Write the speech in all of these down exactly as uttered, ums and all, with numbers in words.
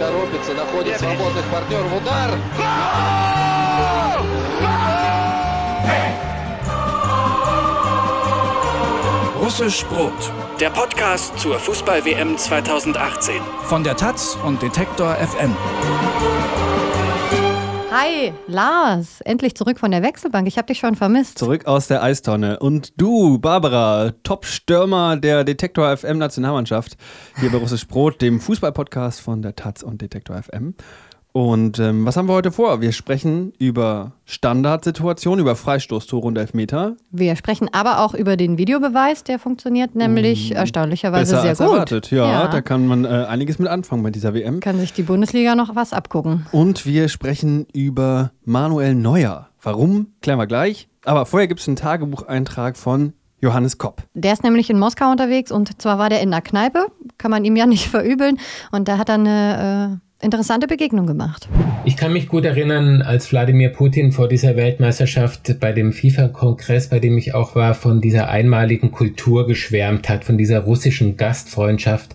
торопится, находит свободных партнеров. Удар! Russisch Brot, der Podcast zur Fußball-W M zweitausendachtzehn. Von der Taz und Detektor F M. Hi, Lars, endlich zurück von der Wechselbank. Ich habe dich schon vermisst. Zurück aus der Eistonne. Und du, Barbara, Top-Stürmer der Detektor F M Nationalmannschaft, hier bei Russisch Brot, dem Fußball-Podcast von der Taz und Detektor F M. Und ähm, was haben wir heute vor? Wir sprechen über Standardsituationen, über Freistoßtore und Elfmeter. Wir sprechen aber auch über den Videobeweis, der funktioniert nämlich uh, erstaunlicherweise sehr als gut. Erwartet. Ja, ja, da kann man äh, einiges mit anfangen bei dieser W M. Kann sich die Bundesliga noch was abgucken. Und wir sprechen über Manuel Neuer. Warum? Klären wir gleich. Aber vorher gibt es einen Tagebucheintrag von Johannes Kopp. Der ist nämlich in Moskau unterwegs und zwar war der in einer Kneipe, kann man ihm ja nicht verübeln. Und da hat er eine äh, interessante Begegnung gemacht. Ich kann mich gut erinnern, als Wladimir Putin vor dieser Weltmeisterschaft bei dem FIFA-Kongress, bei dem ich auch war, von dieser einmaligen Kultur geschwärmt hat, von dieser russischen Gastfreundschaft.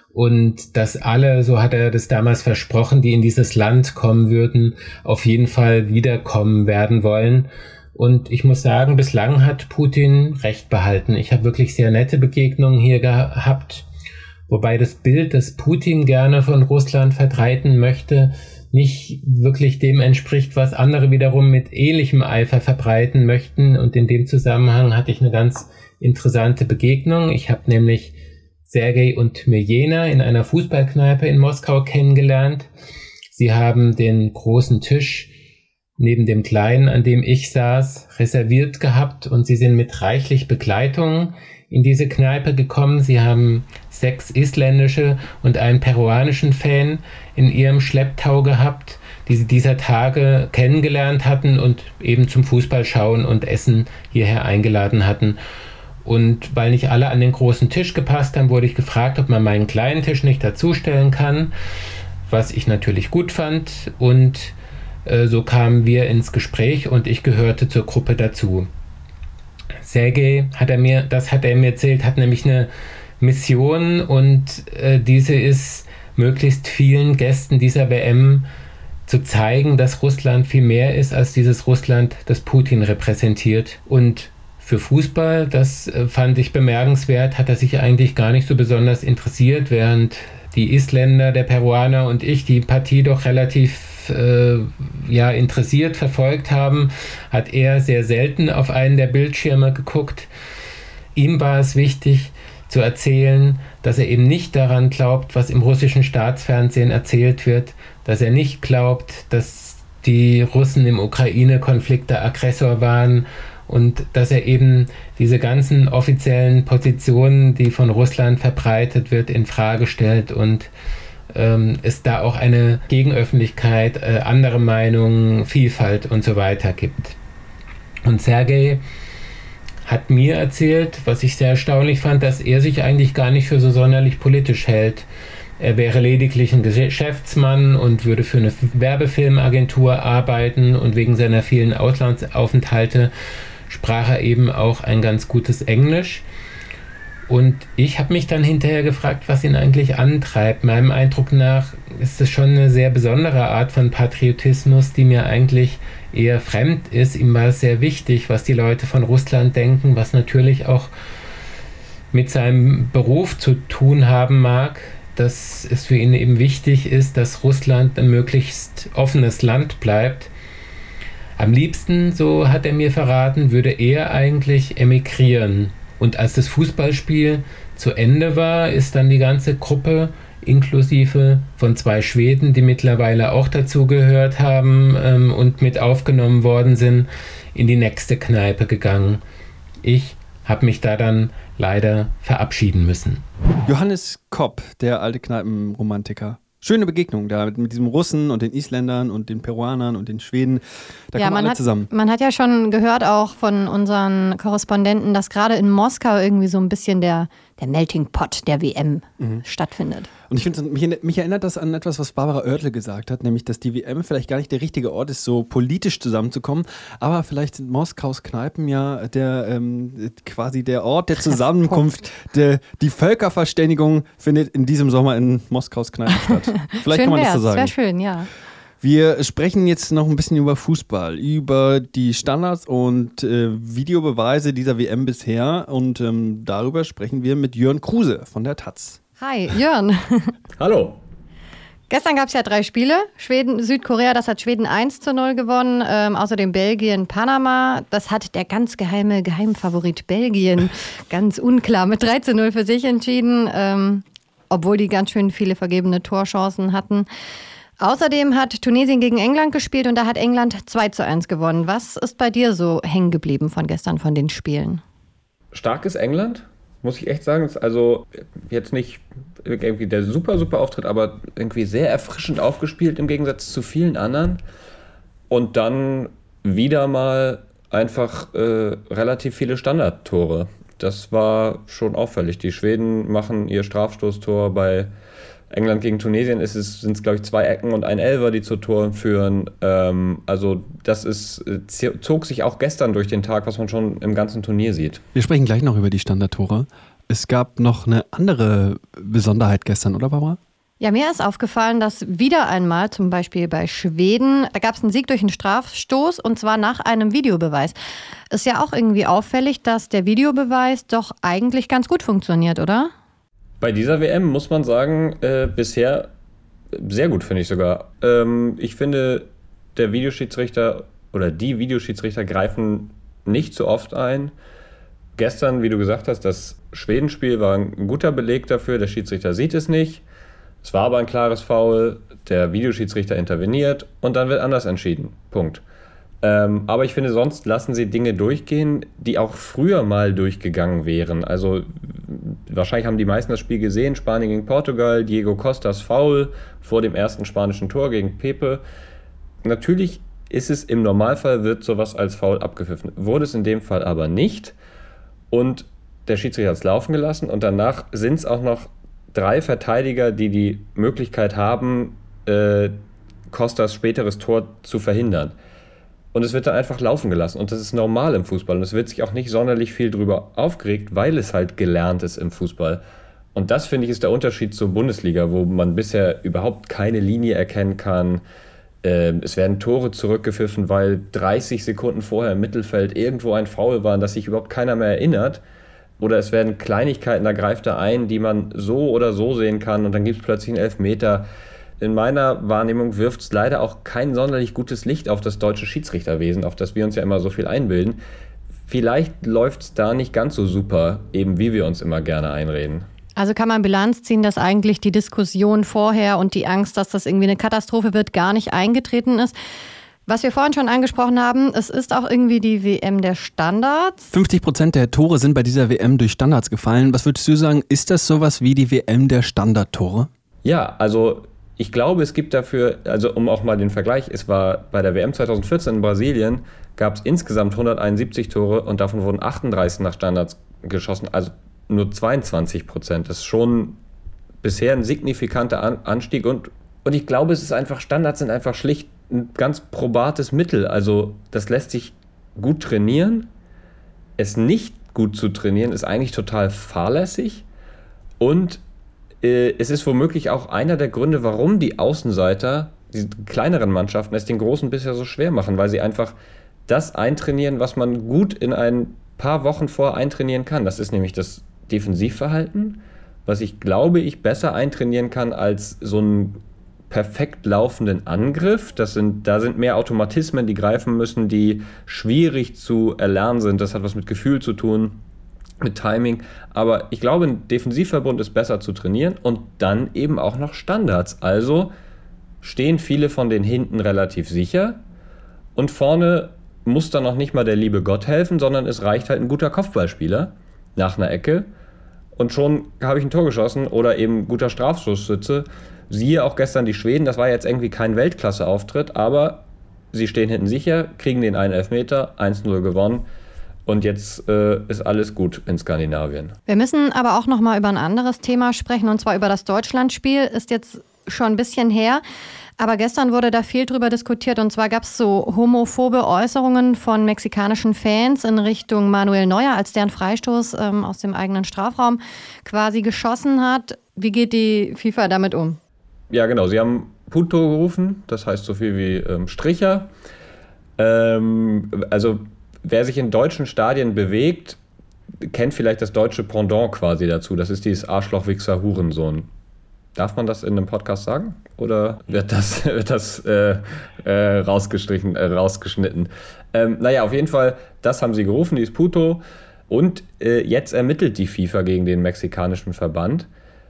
Und dass alle, so hat er das damals versprochen, die in dieses Land kommen würden, auf jeden Fall wiederkommen werden wollen. Und ich muss sagen, bislang hat Putin recht behalten. Ich habe wirklich sehr nette Begegnungen hier gehabt. Wobei das Bild, das Putin gerne von Russland verbreiten möchte, nicht wirklich dem entspricht, was andere wiederum mit ähnlichem Eifer verbreiten möchten. Und in dem Zusammenhang hatte ich eine ganz interessante Begegnung. Ich habe nämlich Sergei und Mirjana in einer Fußballkneipe in Moskau kennengelernt. Sie haben den großen Tisch neben dem kleinen, an dem ich saß, reserviert gehabt und sie sind mit reichlich Begleitung in diese Kneipe gekommen. Sie haben sechs isländische und einen peruanischen Fan in ihrem Schlepptau gehabt, die sie dieser Tage kennengelernt hatten und eben zum Fußballschauen und Essen hierher eingeladen hatten. Und weil nicht alle an den großen Tisch gepasst haben, wurde ich gefragt, ob man meinen kleinen Tisch nicht dazustellen kann, was ich natürlich gut fand. Und äh, so kamen wir ins Gespräch und ich gehörte zur Gruppe dazu. Sergei, hat er mir, das hat er mir erzählt, hat nämlich eine Mission und äh, diese ist, möglichst vielen Gästen dieser W M zu zeigen, dass Russland viel mehr ist als dieses Russland, das Putin repräsentiert. Und für Fußball, das äh, fand ich bemerkenswert, hat er sich eigentlich gar nicht so besonders interessiert, während die Isländer, der Peruaner und ich die Partie doch relativ Äh, ja, interessiert verfolgt haben, hat er sehr selten auf einen der Bildschirme geguckt. Ihm war es wichtig zu erzählen, dass er eben nicht daran glaubt, was im russischen Staatsfernsehen erzählt wird, dass er nicht glaubt, dass die Russen im Ukraine-Konflikt der Aggressor waren und dass er eben diese ganzen offiziellen Positionen, die von Russland verbreitet wird, in Frage stellt und ähm, es da auch eine Gegenöffentlichkeit, äh, andere Meinungen, Vielfalt und so weiter gibt. Und Sergei hat mir erzählt, was ich sehr erstaunlich fand, dass er sich eigentlich gar nicht für so sonderlich politisch hält. Er wäre lediglich ein Geschäftsmann und würde für eine Werbefilmagentur arbeiten und wegen seiner vielen Auslandsaufenthalte sprach er eben auch ein ganz gutes Englisch. Und ich habe mich dann hinterher gefragt, was ihn eigentlich antreibt. Meinem Eindruck nach ist es schon eine sehr besondere Art von Patriotismus, die mir eigentlich eher fremd ist. Ihm war es sehr wichtig, was die Leute von Russland denken, was natürlich auch mit seinem Beruf zu tun haben mag, dass es für ihn eben wichtig ist, dass Russland ein möglichst offenes Land bleibt. Am liebsten, so hat er mir verraten, würde er eigentlich emigrieren. Und als das Fußballspiel zu Ende war, ist dann die ganze Gruppe, inklusive von zwei Schweden, die mittlerweile auch dazugehört haben ähm, und mit aufgenommen worden sind, in die nächste Kneipe gegangen. Ich habe mich da dann leider verabschieden müssen. Johannes Kopp, der alte Kneipenromantiker. Schöne Begegnung da mit, mit diesem Russen und den Isländern und den Peruanern und den Schweden. Da ja, kommen man alle hat, zusammen. Man hat ja schon gehört auch von unseren Korrespondenten, dass gerade in Moskau irgendwie so ein bisschen der, der Melting Pot der W M mhm. stattfindet. Und ich finde, mich, mich erinnert das an etwas, was Barbara Oertle gesagt hat, nämlich, dass die W M vielleicht gar nicht der richtige Ort ist, so politisch zusammenzukommen, aber vielleicht sind Moskaus Kneipen ja der ähm, quasi der Ort der Zusammenkunft. der, die Völkerverständigung findet in diesem Sommer in Moskaus Kneipen statt. Vielleicht schön kann man wär's, das so sagen. Wäre schön, ja. Wir sprechen jetzt noch ein bisschen über Fußball, über die Standards und äh, Videobeweise dieser W M bisher und ähm, darüber sprechen wir mit Jörn Kruse von der Taz. Hi, Jörn. Hallo. Gestern gab es ja drei Spiele. Schweden, Südkorea, das hat Schweden eins zu null gewonnen. Ähm, außerdem Belgien, Panama. Das hat der ganz geheime Geheimfavorit Belgien ganz unklar mit drei zu null für sich entschieden, ähm, obwohl die ganz schön viele vergebene Torchancen hatten. Außerdem hat Tunesien gegen England gespielt und da hat England zwei zu eins gewonnen. Was ist bei dir so hängen geblieben von gestern, von den Spielen? Starkes England, muss ich echt sagen. Ist also jetzt nicht irgendwie der super, super Auftritt, aber irgendwie sehr erfrischend aufgespielt im Gegensatz zu vielen anderen. Und dann wieder mal einfach äh, relativ viele Standardtore. Das war schon auffällig. Die Schweden machen ihr Strafstoßtor bei England gegen Tunesien ist es, sind es, glaube ich, zwei Ecken und ein Elfer, die zu Toren führen. Ähm, also das ist, zog sich auch gestern durch den Tag, was man schon im ganzen Turnier sieht. Wir sprechen gleich noch über die Standardtore. Es gab noch eine andere Besonderheit gestern, oder Barbara? Ja, mir ist aufgefallen, dass wieder einmal, zum Beispiel bei Schweden, da gab es einen Sieg durch einen Strafstoß und zwar nach einem Videobeweis. Ist ja auch irgendwie auffällig, dass der Videobeweis doch eigentlich ganz gut funktioniert, oder? Bei dieser W M muss man sagen, äh, bisher sehr gut, finde ich sogar. Ähm, ich finde, der Videoschiedsrichter oder die Videoschiedsrichter greifen nicht so oft ein. Gestern, wie du gesagt hast, das Schwedenspiel war ein guter Beleg dafür. Der Schiedsrichter sieht es nicht. Es war aber ein klares Foul. Der Videoschiedsrichter interveniert und dann wird anders entschieden. Punkt. Ähm, aber ich finde, sonst lassen sie Dinge durchgehen, die auch früher mal durchgegangen wären. Also wahrscheinlich haben die meisten das Spiel gesehen, Spanien gegen Portugal, Diego Costas Foul vor dem ersten spanischen Tor gegen Pepe. Natürlich ist es im Normalfall, wird sowas als Foul abgepfiffen. Wurde es in dem Fall aber nicht und der Schiedsrichter hat es laufen gelassen und danach sind es auch noch drei Verteidiger, die die Möglichkeit haben, äh, Costas späteres Tor zu verhindern. Und es wird dann einfach laufen gelassen. Und das ist normal im Fußball. Und es wird sich auch nicht sonderlich viel drüber aufgeregt, weil es halt gelernt ist im Fußball. Und das, finde ich, ist der Unterschied zur Bundesliga, wo man bisher überhaupt keine Linie erkennen kann. Ähm, es werden Tore zurückgepfiffen, weil dreißig Sekunden vorher im Mittelfeld irgendwo ein Foul war, an das sich überhaupt keiner mehr erinnert. Oder es werden Kleinigkeiten, da greift er ein, die man so oder so sehen kann. Und dann gibt es plötzlich einen Elfmeter. In meiner Wahrnehmung wirft es leider auch kein sonderlich gutes Licht auf das deutsche Schiedsrichterwesen, auf das wir uns ja immer so viel einbilden. Vielleicht läuft es da nicht ganz so super, eben wie wir uns immer gerne einreden. Also kann man Bilanz ziehen, dass eigentlich die Diskussion vorher und die Angst, dass das irgendwie eine Katastrophe wird, gar nicht eingetreten ist. Was wir vorhin schon angesprochen haben, es ist auch irgendwie die W M der Standards. fünfzig Prozent der Tore sind bei dieser W M durch Standards gefallen. Was würdest du sagen, ist das sowas wie die W M der Standardtore? Ja, also ich glaube, es gibt dafür, also um auch mal den Vergleich, es war bei der W M zwanzig vierzehn in Brasilien, gab es insgesamt hunderteinundsiebzig Tore und davon wurden achtunddreißig nach Standards geschossen, also nur zweiundzwanzig Prozent. Das ist schon bisher ein signifikanter An- Anstieg und, und ich glaube, es ist einfach, Standards sind einfach schlicht ein ganz probates Mittel. Also das lässt sich gut trainieren. Es nicht gut zu trainieren ist eigentlich total fahrlässig und es ist womöglich auch einer der Gründe, warum die Außenseiter, die kleineren Mannschaften, es den Großen bisher so schwer machen, weil sie einfach das eintrainieren, was man gut in ein paar Wochen vor eintrainieren kann. Das ist nämlich das Defensivverhalten, was ich glaube, ich besser eintrainieren kann als so einen perfekt laufenden Angriff. Das sind, da sind mehr Automatismen, die greifen müssen, die schwierig zu erlernen sind. Das hat was mit Gefühl zu tun, mit Timing, aber ich glaube, ein Defensivverbund ist besser zu trainieren und dann eben auch noch Standards. Also stehen viele von den hinten relativ sicher und vorne muss dann noch nicht mal der liebe Gott helfen, sondern es reicht halt ein guter Kopfballspieler nach einer Ecke und schon habe ich ein Tor geschossen oder eben guter Strafstoßschütze. Siehe auch gestern die Schweden, das war jetzt irgendwie kein Weltklasse-Auftritt, aber sie stehen hinten sicher, kriegen den einen Elfmeter, eins null gewonnen. Und jetzt äh, ist alles gut in Skandinavien. Wir müssen aber auch noch mal über ein anderes Thema sprechen, und zwar über das Deutschlandspiel. Ist jetzt schon ein bisschen her, aber gestern wurde da viel drüber diskutiert. Und zwar gab es so homophobe Äußerungen von mexikanischen Fans in Richtung Manuel Neuer, als der einen Freistoß ähm, aus dem eigenen Strafraum quasi geschossen hat. Wie geht die FIFA damit um? Ja, genau. Sie haben Puto gerufen, das heißt so viel wie ähm, Stricher. Ähm, also wer sich in deutschen Stadien bewegt, kennt vielleicht das deutsche Pendant quasi dazu. Das ist dieses Arschloch-Wichser-Hurensohn. Darf man das in einem Podcast sagen? Oder wird das, wird das äh, äh, rausgestrichen, äh, rausgeschnitten? Ähm, naja, auf jeden Fall, das haben sie gerufen, dieses Puto. Und äh, jetzt ermittelt die FIFA gegen den mexikanischen Verband.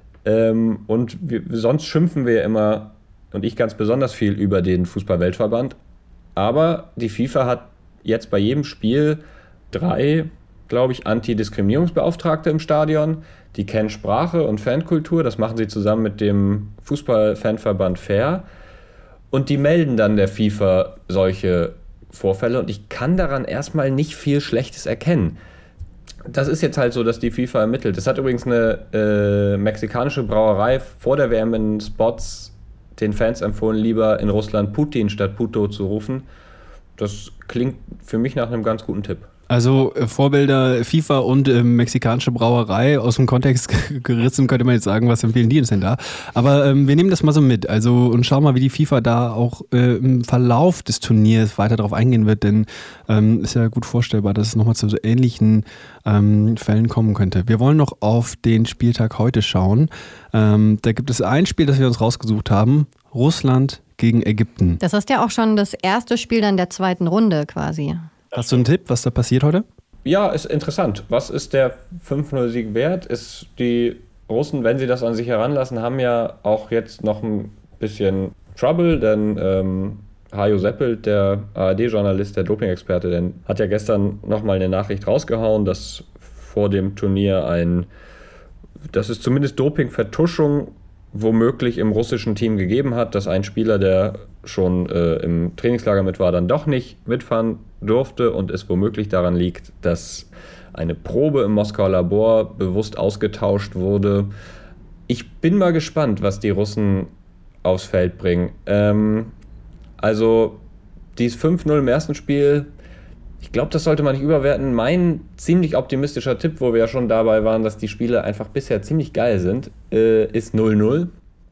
Ähm, und wir, sonst schimpfen wir ja immer, und ich ganz besonders viel, über den Fußball-Weltverband. Aber die FIFA hat jetzt bei jedem Spiel drei, glaube ich, Antidiskriminierungsbeauftragte im Stadion. Die kennen Sprache und Fankultur. Das machen sie zusammen mit dem Fußball-Fanverband Fair. Und die melden dann der FIFA solche Vorfälle. Und ich kann daran erstmal nicht viel Schlechtes erkennen. Das ist jetzt halt so, dass die FIFA ermittelt. Es hat übrigens eine äh, mexikanische Brauerei vor der W M in Spots den Fans empfohlen, lieber in Russland Putin statt Puto zu rufen. Das klingt für mich nach einem ganz guten Tipp. Also äh, Vorbilder FIFA und äh, mexikanische Brauerei aus dem Kontext gerissen, könnte man jetzt sagen, was empfehlen die uns denn da? Aber ähm, wir nehmen das mal so mit, also und schauen mal, wie die FIFA da auch äh, im Verlauf des Turniers weiter drauf eingehen wird, denn ähm, ist ja gut vorstellbar, dass es nochmal zu so ähnlichen ähm, Fällen kommen könnte. Wir wollen noch auf den Spieltag heute schauen. Ähm, da gibt es ein Spiel, das wir uns rausgesucht haben, Russland gegen Ägypten. Das ist ja auch schon das erste Spiel dann der zweiten Runde quasi. Hast du einen Tipp, was da passiert heute? Ja, ist interessant. Was ist der fünf null Sieg wert? Ist die Russen, wenn sie das an sich heranlassen, haben ja auch jetzt noch ein bisschen Trouble, denn ähm, Hajo Seppelt, der A R D-Journalist, der Doping-Experte, der hat ja gestern nochmal eine Nachricht rausgehauen, dass vor dem Turnier ein, dass es zumindest Doping-Vertuschung womöglich im russischen Team gegeben hat, dass ein Spieler, der schon äh, im Trainingslager mit war, dann doch nicht mitfahren durfte und es womöglich daran liegt, dass eine Probe im Moskauer Labor bewusst ausgetauscht wurde. Ich bin mal gespannt, was die Russen aufs Feld bringen. Ähm, also dieses fünf null im ersten Spiel, ich glaube, das sollte man nicht überwerten. Mein ziemlich optimistischer Tipp, wo wir ja schon dabei waren, dass die Spiele einfach bisher ziemlich geil sind, äh, ist null null.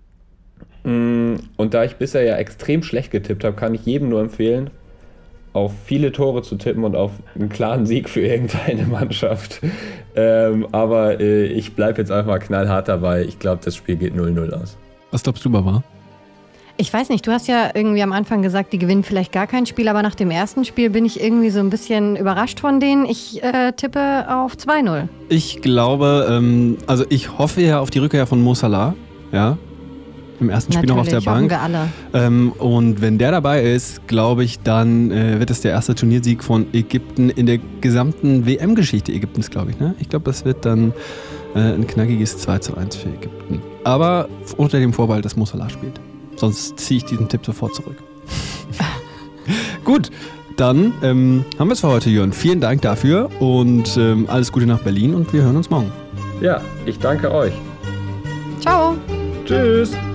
Und da ich bisher ja extrem schlecht getippt habe, kann ich jedem nur empfehlen, auf viele Tore zu tippen und auf einen klaren Sieg für irgendeine Mannschaft. Ähm, aber äh, ich bleibe jetzt einfach mal knallhart dabei. Ich glaube, das Spiel geht null null aus. Was glaubst du, Barbara? Ich weiß nicht, du hast ja irgendwie am Anfang gesagt, die gewinnen vielleicht gar kein Spiel, aber nach dem ersten Spiel bin ich irgendwie so ein bisschen überrascht von denen. Ich äh, tippe auf zwei null. Ich glaube, ähm, also ich hoffe ja auf die Rückkehr von Mo Salah, ja, im ersten Spiel noch auf der Bank. Wir alle. Ähm, und wenn der dabei ist, glaube ich, dann äh, wird es der erste Turniersieg von Ägypten in der gesamten W M-Geschichte Ägyptens, glaube ich. Ne? Ich glaube, das wird dann äh, ein knackiges zwei zu eins für Ägypten. Aber unter dem Vorbehalt, dass Mo Salah spielt. Sonst ziehe ich diesen Tipp sofort zurück. Gut, dann ähm, haben wir es für heute, Jörn. Vielen Dank dafür und ähm, alles Gute nach Berlin und wir hören uns morgen. Ja, ich danke euch. Ciao. Tschüss.